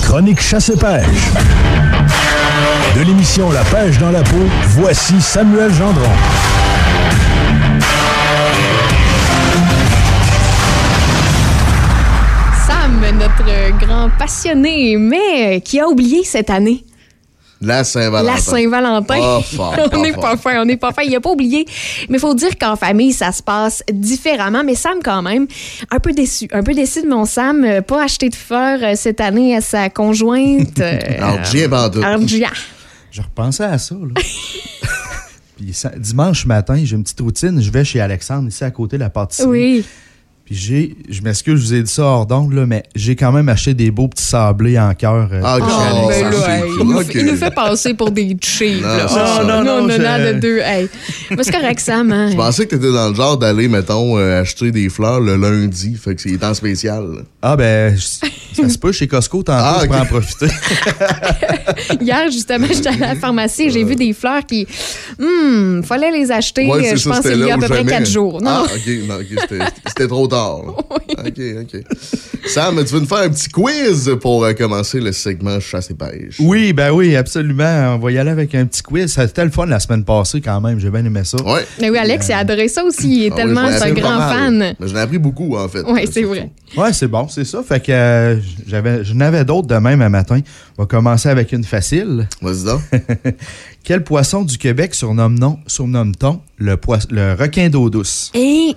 chronique chasse-pêche. De l'émission La pêche dans la peau, voici Samuel Gendron. Sam, notre grand passionné, mais qui a oublié cette année. La Saint-Valentin. La Saint-Valentin. Oh, fort, on n'est pas fin, Il n'a pas oublié. Mais il faut dire qu'en famille, ça se passe différemment. Mais Sam, quand même, un peu déçu. Un peu déçu de mon Sam. Pas acheté de fleurs cette année à sa conjointe. Argia. Je repensais à ça, là. Puis dimanche matin, j'ai une petite routine. Je vais chez Alexandre, ici à côté de la pâtisserie. Oui. Puis je m'excuse, je vous ai dit ça hors d'onde, là, mais j'ai quand même acheté des beaux petits sablés en cœur. Il nous fait passer pour des cheap. Non, on en a de deux. Hey. Mais c'est correct, Sam. Hein? Je pensais que t'étais dans le genre d'aller, mettons, acheter des fleurs le lundi. Fait que c'est temps spécial. Là. Ah, ben, ça se peut chez Costco, tantôt, je peux en profiter. Hier, justement, j'étais à la pharmacie et j'ai vu des fleurs qui... fallait les acheter, je pense, il y a à peu près 4 jours. Non? C'était trop tard. Oui. OK. Sam, tu veux nous faire un petit quiz pour commencer le segment chasse et pêche? Oui, absolument. On va y aller avec un petit quiz. C'était le fun la semaine passée quand même. J'ai bien aimé ça. Ouais. Mais oui, Alex, il a adoré ça aussi. Il est tellement un grand fan. Mais j'en ai appris beaucoup, en fait. Oui, c'est vrai. Oui, c'est bon, c'est ça. Fait que je n'avais d'autres de même un matin. On va commencer avec une facile. Vas-y donc. Quel poisson du Québec surnomme-t-on le requin d'eau douce?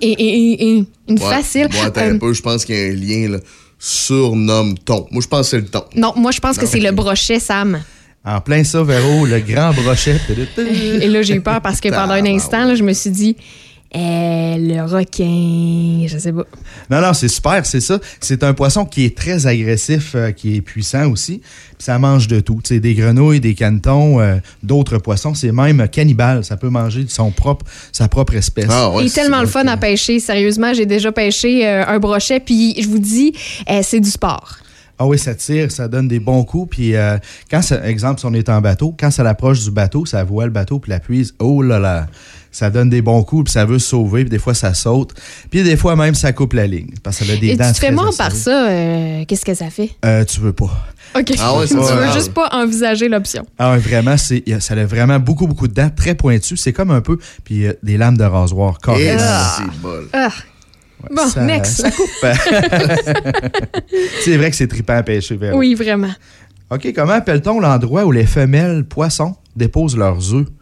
Une facile. Bon, attends un peu, je pense qu'il y a un lien, là. Surnomme-t-on. Moi, je pense que c'est le thon. Non, moi, je pense que c'est le brochet, Sam. En plein ça, Véro, le grand brochet. Et là, j'ai eu peur parce que pendant un instant, là, je me suis dit... le requin, je sais pas. Non, c'est super, c'est ça. C'est un poisson qui est très agressif, qui est puissant aussi. Puis ça mange de tout. Tu sais, des grenouilles, des canetons, d'autres poissons. C'est même cannibale. Ça peut manger sa propre espèce. Il est tellement le fun à pêcher. Sérieusement, j'ai déjà pêché un brochet. Puis je vous dis, c'est du sport. Ah oui, ça tire, ça donne des bons coups. Puis exemple, si on est en bateau, quand ça l'approche du bateau, ça voit le bateau puis la puise. Oh là là! Ça donne des bons coups, puis ça veut se sauver, puis des fois, ça saute. Puis des fois, même, ça coupe la ligne. Parce que ça a des dents. Et tu te fais mort par ça, qu'est-ce que ça fait? Tu veux pas. OK. Ah ouais, tu veux juste pas envisager l'option. Ah ouais, vraiment, ça a vraiment beaucoup, beaucoup de dents, très pointues. C'est comme un peu, puis des lames de rasoir. C'est bol. Bon, next. Ça coupe. C'est vrai que c'est trippant à pêcher, Véro. Oui, vraiment. OK, comment appelle-t-on l'endroit où les femelles poissons déposent leurs œufs?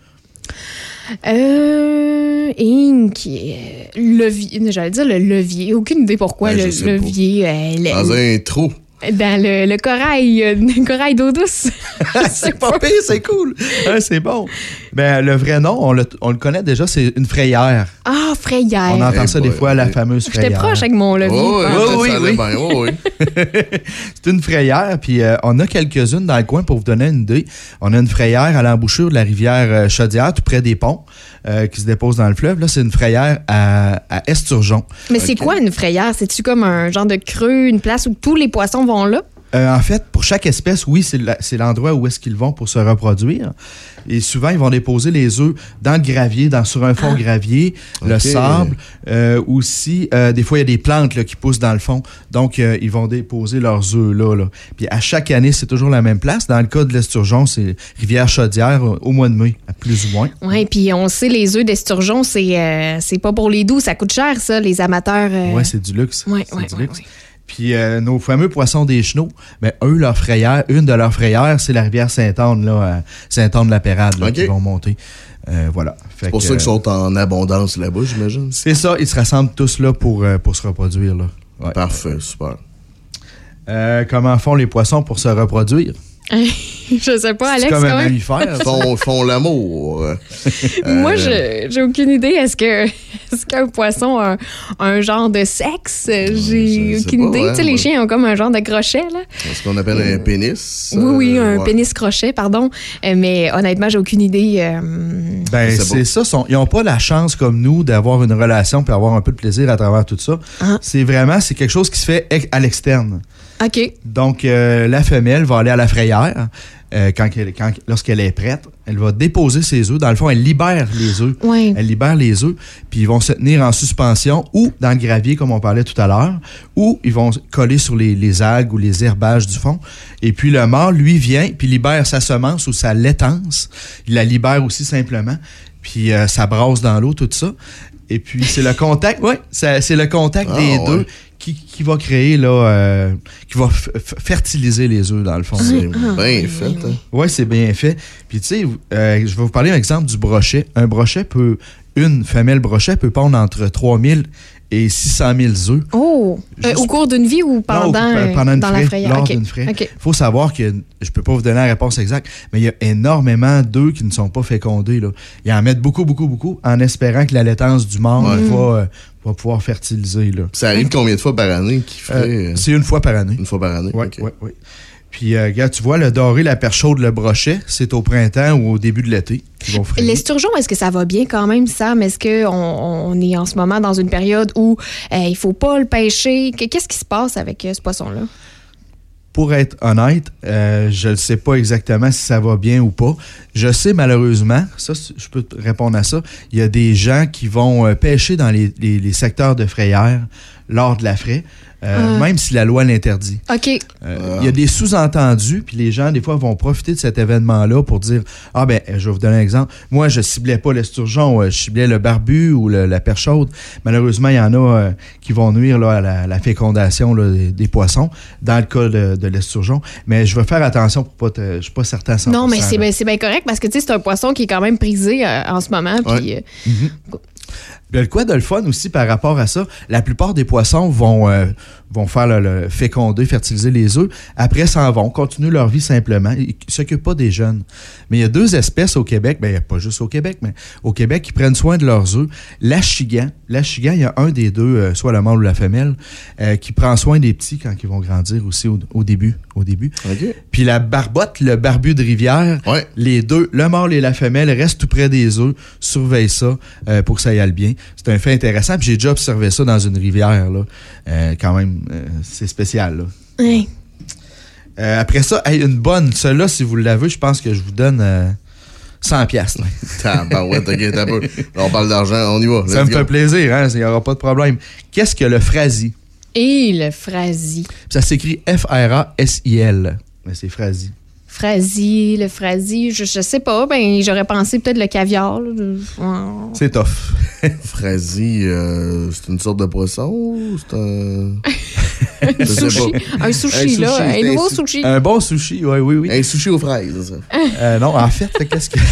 Levier. J'allais dire le levier. Aucune idée pourquoi le levier. Dans un trou. Dans le corail d'eau douce. C'est pas pire, c'est cool. C'est bon. Ben, le vrai nom, on le connaît déjà, c'est une frayère. Ah, frayère. On entend ça des fois, la fameuse frayère. J'étais proche avec mon levier. Oui. C'est une frayère, puis on a quelques-unes dans le coin pour vous donner une idée. On a une frayère à l'embouchure de la rivière Chaudière, tout près des ponts, qui se dépose dans le fleuve. Là, c'est une frayère à Esturgeon. Mais c'est quoi une frayère? C'est-tu comme un genre de creux, une place où tous les poissons vont là? En fait, pour chaque espèce, oui, c'est l'endroit où est-ce qu'ils vont pour se reproduire. Et souvent, ils vont déposer les œufs dans le gravier, sur un fond gravier, le sable. Aussi, des fois, il y a des plantes là, qui poussent dans le fond. Donc, ils vont déposer leurs œufs là. Puis à chaque année, c'est toujours la même place. Dans le cas de l'Esturgeon, c'est Rivière-Chaudière au mois de mai, plus ou moins. Oui, puis on sait, les œufs d'Esturgeon, c'est pas pour les doux. Ça coûte cher, ça, les amateurs. Oui, c'est du luxe. Oui. Puis nos fameux poissons des chenaux, ben eux, une de leurs frayères, c'est la rivière Sainte-Anne, là, Sainte-Anne-de-la-Pérade, qui vont monter. Voilà. C'est pour ça qu'ils sont en abondance là-bas, j'imagine. C'est ça, ils se rassemblent tous là pour se reproduire. Là. Ouais. Parfait, super. Comment font les poissons pour se reproduire? Je sais pas, Alex. C'est comme un mammifère. Font l'amour. Moi, j'ai aucune idée. Est-ce qu'un poisson a un genre de sexe? J'ai aucune idée. Tu sais, les chiens ont comme un genre de crochet, là. C'est ce qu'on appelle un pénis. Oui, un pénis-crochet, pardon. Mais honnêtement, j'ai aucune idée. C'est ça. Ils n'ont pas la chance, comme nous, d'avoir une relation puis avoir un peu de plaisir à travers tout ça. C'est quelque chose qui se fait à l'externe. OK. Donc, la femelle va aller à la frayère. Lorsqu'elle est prête, elle va déposer ses œufs. Dans le fond, elle libère les œufs. Oui. Elle libère les œufs, puis ils vont se tenir en suspension ou dans le gravier, comme on parlait tout à l'heure, ou ils vont coller sur les algues ou les herbages du fond. Et puis le mâle, lui, vient, puis libère sa semence ou sa laitance. Il la libère aussi simplement, puis ça brasse dans l'eau, tout ça. Et puis, c'est le contact, c'est le contact des deux qui va créer, là, qui va fertiliser les œufs, dans le fond. C'est bien fait. Hein? Oui, c'est bien fait. Puis, tu sais, je vais vous parler un exemple du brochet. Une femelle brochet peut pondre entre 3000 et 600 000 œufs. Oh! Au cours d'une vie ou pendant dans la frayère? Lors d'une fraie. Il faut savoir que, je ne peux pas vous donner la réponse exacte, mais il y a énormément d'œufs qui ne sont pas fécondés. Là. Ils en mettent beaucoup, beaucoup, beaucoup, en espérant que la laitance du mâle va pouvoir fertiliser. Là. Ça arrive combien de fois par année qu'il ferait? C'est une fois par année. Une fois par année? Oui, oui. Puis, regarde, tu vois, le doré, la perche chaude, le brochet, c'est au printemps ou au début de l'été qu'ils vont frayer. L'esturgeon, est-ce que ça va bien quand même, Sam? Est-ce qu'on est en ce moment dans une période où il faut pas le pêcher? Qu'est-ce qui se passe avec ce poisson-là? Pour être honnête, je ne sais pas exactement si ça va bien ou pas. Je sais malheureusement, ça, je peux te répondre à ça, il y a des gens qui vont pêcher dans les secteurs de frayère lors de la fraie. Même si la loi l'interdit. OK. Il y a des sous-entendus, puis les gens, des fois, vont profiter de cet événement-là pour dire « Ah, ben, je vais vous donner un exemple. Moi, je ciblais pas l'esturgeon, je ciblais le barbu ou la perche chaude. » Malheureusement, il y en a qui vont nuire là, à la fécondation là, des poissons, dans le cas de l'esturgeon. Mais je vais faire attention pour pas je suis pas certain à 100%. Non, mais c'est bien correct parce que, tu sais, c'est un poisson qui est quand même prisé en ce moment. Puis, Le quoi de le fun aussi par rapport à ça, la plupart des poissons vont faire le féconder, fertiliser les œufs. Après, s'en vont, continuent leur vie simplement. Ils ne s'occupent pas des jeunes. Mais il y a deux espèces au Québec, bien, pas juste au Québec, mais au Québec, qui prennent soin de leurs œufs. L'achigan, il y a un des deux, soit le mâle ou la femelle, qui prend soin des petits quand ils vont grandir aussi au début. Okay. Puis la barbotte, le barbu de rivière, les deux, le mâle et la femelle, restent tout près des œufs, surveillent ça pour que ça y aille bien. C'est un fait intéressant. Puis j'ai déjà observé ça dans une rivière. Là. Quand même, c'est spécial. Là. Oui. Après ça, une bonne. Celle-là, si vous l'avez, je pense que je vous donne 100$. T'inquiète un peu. On parle d'argent, on y va. Ça me fait plaisir, hein? Il n'y aura pas de problème. Qu'est-ce que le frasie? Et le frasie. Ça s'écrit F-R-A-S-I-L. Mais c'est frasie. Le frasie, je sais pas. Ben, j'aurais pensé peut-être le caviar. C'est tough. Frasie, c'est une sorte de poisson ou c'est un... Un sushi, là. Un nouveau sushi. Un bon sushi, oui. Un sushi aux fraises, ça. Non, en fait, qu'est-ce que...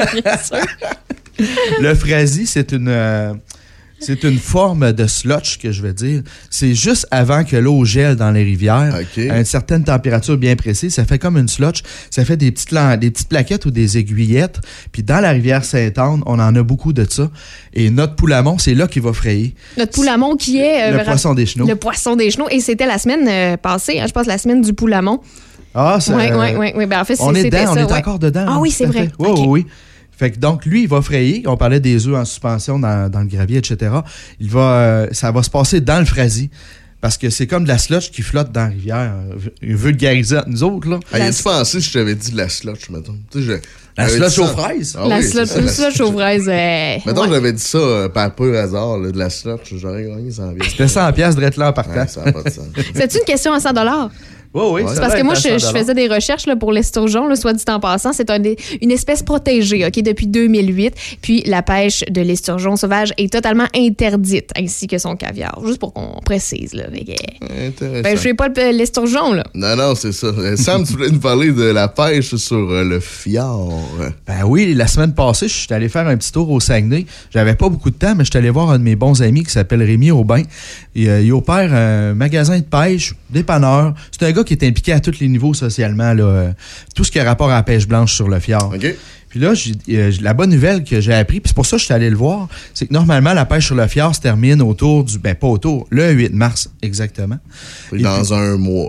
Le frasie, c'est une forme de slotch que je veux dire. C'est juste avant que l'eau gèle dans les rivières, à une certaine température bien précise. Ça fait comme une slotch. Ça fait des petites plaquettes ou des aiguillettes. Puis dans la rivière Sainte-Anne, on en a beaucoup de ça. Et notre poulamon, c'est là qu'il va frayer. Notre poulamon qui est... le poisson des chenaux. Le poisson des chenaux. Et c'était la semaine passée, je pense la semaine du poulamon. Ah, ça... Oui. Ben, en fait, on est dedans, ça, on est encore dedans. Ah oui, c'est vrai. Oui. Fait que donc, lui, il va frayer. On parlait des œufs en suspension dans le gravier, etc. Ça va se passer dans le frasie. Parce que c'est comme de la slotch qui flotte dans la rivière. Vulgarisé entre nous autres, là. As-tu pensé si je t'avais dit de la slotch, mettons? La slotch aux fraises? La slotch aux fraises. Mettons, j'avais dit ça par pur hasard, là, de la slotch. J'aurais gagné 100$. C'était 100$ de là en partant. Ça n'a pas de sens. C'est-tu une question à 100$? Oui. C'est parce que moi, je faisais des recherches là, pour l'esturgeon, là, soit dit en passant. C'est une espèce protégée depuis 2008. Puis la pêche de l'esturgeon sauvage est totalement interdite, ainsi que son caviar. Juste pour qu'on précise. Là. Intéressant. Ben, je fais pas l'esturgeon. Là. Non, c'est ça. Sam, tu voulais nous parler de la pêche sur le fjord. Ben oui, la semaine passée, je suis allé faire un petit tour au Saguenay. J'avais pas beaucoup de temps, mais je suis allé voir un de mes bons amis qui s'appelle Rémi Aubin. Il opère un magasin de pêche, dépanneur. C'est un gars qui est impliqué à tous les niveaux socialement, là, tout ce qui a rapport à la pêche blanche sur le fjord. OK. Puis là, la bonne nouvelle que j'ai appris, puis c'est pour ça que je suis allé le voir, c'est que normalement, la pêche sur le fjord se termine le 8 mars, exactement. Dans un mois.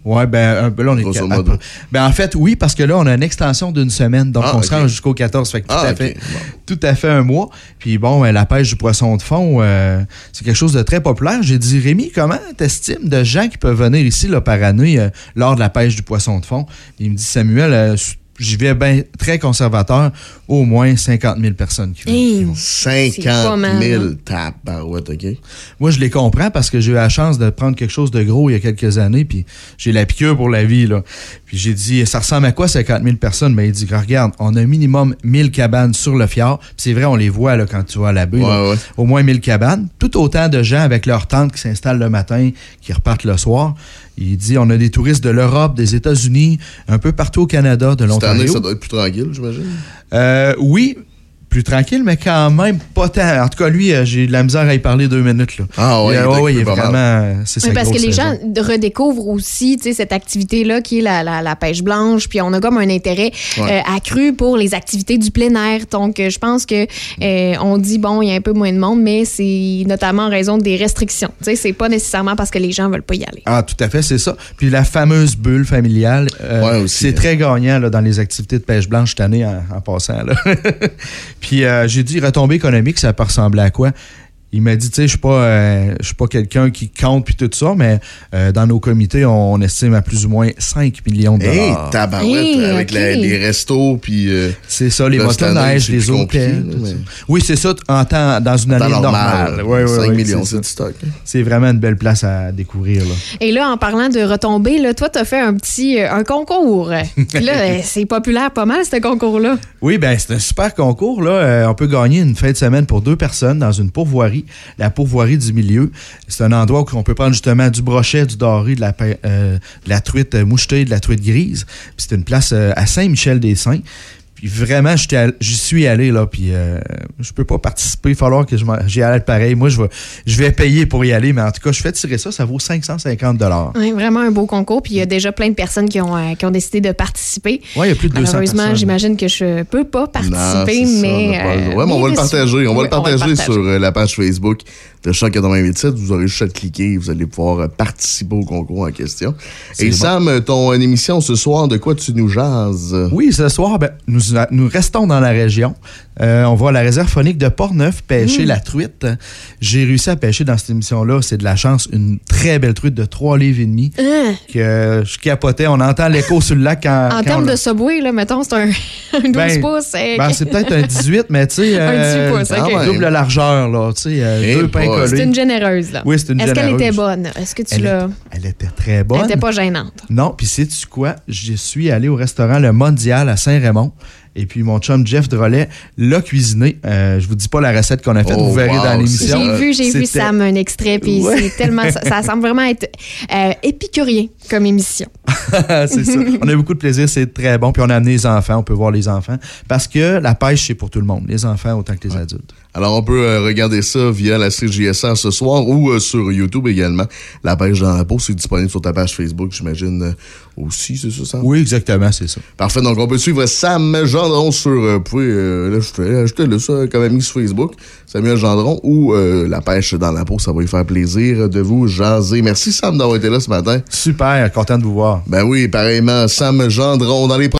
Ouais, là, on est en fait, oui, parce que là, on a une extension d'une semaine, donc on se rend jusqu'au 14, fait que tout à fait un mois. Puis bon, la pêche du poisson de fond, c'est quelque chose de très populaire. J'ai dit, Rémi, comment t'estimes de gens qui peuvent venir ici là, par année lors de la pêche du poisson de fond? Il me dit, Samuel, j'y vais bien très conservateur, au moins 50 000 personnes qui viennent. 50 000 tabarouettes, OK? Moi, je les comprends parce que j'ai eu la chance de prendre quelque chose de gros il y a quelques années, puis j'ai la piqûre pour la vie, là. Puis j'ai dit, ça ressemble à quoi 50 000 personnes? Mais il dit, regarde, on a minimum 1000 cabanes sur le fjord. Puis c'est vrai, on les voit là, quand tu vas à la baie. Ouais. Au moins 1000 cabanes. Tout autant de gens avec leurs tentes qui s'installent le matin, qui repartent le soir. Il dit, on a des touristes de l'Europe, des États-Unis, un peu partout au Canada, de l'Ontario. Cette année, ça doit être plus tranquille, j'imagine? Oui, plus tranquille, mais quand même pas tant. En tout cas, lui, j'ai de la misère à y parler 2 minutes. Là. Ah oui, il est vraiment... C'est ça. Parce que les gens redécouvrent aussi cette activité-là qui est la pêche blanche, puis on a comme un intérêt accru pour les activités du plein air. Donc, je pense que on dit, bon, il y a un peu moins de monde, mais c'est notamment en raison des restrictions. C'est pas nécessairement parce que les gens veulent pas y aller. Ah, tout à fait, c'est ça. Puis la fameuse bulle familiale, aussi, c'est très gagnant là, dans les activités de pêche blanche cette année en passant. Là. Puis j'ai dit, retombée économique, ça peut ressembler à quoi? Il m'a dit, tu sais, je suis pas quelqu'un qui compte puis tout ça, mais dans nos comités, on estime à plus ou moins 5 millions de dollars. Hey, tabarouette, avec les restos, puis... c'est ça, les motoneiges, les hôtels. Oui, c'est ça, dans une année normale. 5 millions, c'est du stock. C'est vraiment une belle place à découvrir. Là. Et là, en parlant de retombées, là, toi, t'as fait un concours. Puis là, c'est populaire pas mal, ce concours-là. Oui, bien, c'est un super concours. Là. On peut gagner une fin de semaine pour 2 personnes dans une pourvoirie. La pourvoirie du milieu. C'est un endroit où on peut prendre justement du brochet, du doré, de la truite mouchetée, de la truite grise. Puis c'est une place à Saint-Michel-des-Saints. Puis vraiment, j'y suis allé, là, puis je peux pas participer. Il va falloir que j'y aille pareil. Moi, je vais payer pour y aller, mais en tout cas, je fais tirer ça vaut 550 $. Oui, vraiment un beau concours. Puis il y a déjà plein de personnes qui ont décidé de participer. Oui, il y a plus de 200 personnes. Malheureusement, j'imagine que je peux pas participer, mais... Oui, mais on va le partager. On va le partager sur la page Facebook de Choc 88.7. Vous aurez juste à cliquer et vous allez pouvoir participer au concours en question. Et bon. Sam, ton émission ce soir, de quoi tu nous jases? Oui, ce soir, nous restons dans la région. On va à la réserve faunique de Portneuf pêcher la truite. J'ai réussi à pêcher dans cette émission-là, c'est de la chance, une très belle truite de 3,5 livres que je capotais. On entend l'écho sur le lac en termes de subway, là, mettons, c'est un 12 pouces. C'est peut-être un 18, mais tu sais, un 18 pouces, okay. Double largeur, là, tu sais, 2 pains collés. C'est une généreuse, là. Oui, c'est une généreuse. Est-ce qu'elle était bonne? Est-ce que tu l'as... Elle était très bonne. Elle était pas gênante. Non, puis sais-tu quoi? Je suis allé au restaurant Le Mondial à Saint-Raymond. Et puis, mon chum Jeff Drolet l'a cuisiné. Je vous dis pas la recette qu'on a faite, vous verrez dans l'émission. J'ai vu Sam, un extrait, puis c'est tellement... Ça semble vraiment être épicurien comme émission. C'est ça. On a beaucoup de plaisir, c'est très bon. Puis on a amené les enfants, on peut voir les enfants. Parce que la pêche, c'est pour tout le monde. Les enfants autant que les adultes. Alors, on peut regarder ça via la CJSR ce soir ou sur YouTube également. La pêche dans la peau, c'est disponible sur ta page Facebook, j'imagine, aussi, c'est ça, Sam? Oui, exactement, c'est ça. Parfait. Donc, on peut suivre Sam Gendron sur... vous pouvez ajouter ça comme ami sur Facebook, Samuel Gendron, ou la pêche dans la peau, ça va lui faire plaisir de vous jaser. Merci, Sam, d'avoir été là ce matin. Super, content de vous voir. Ben oui, pareillement, Sam Gendron dans les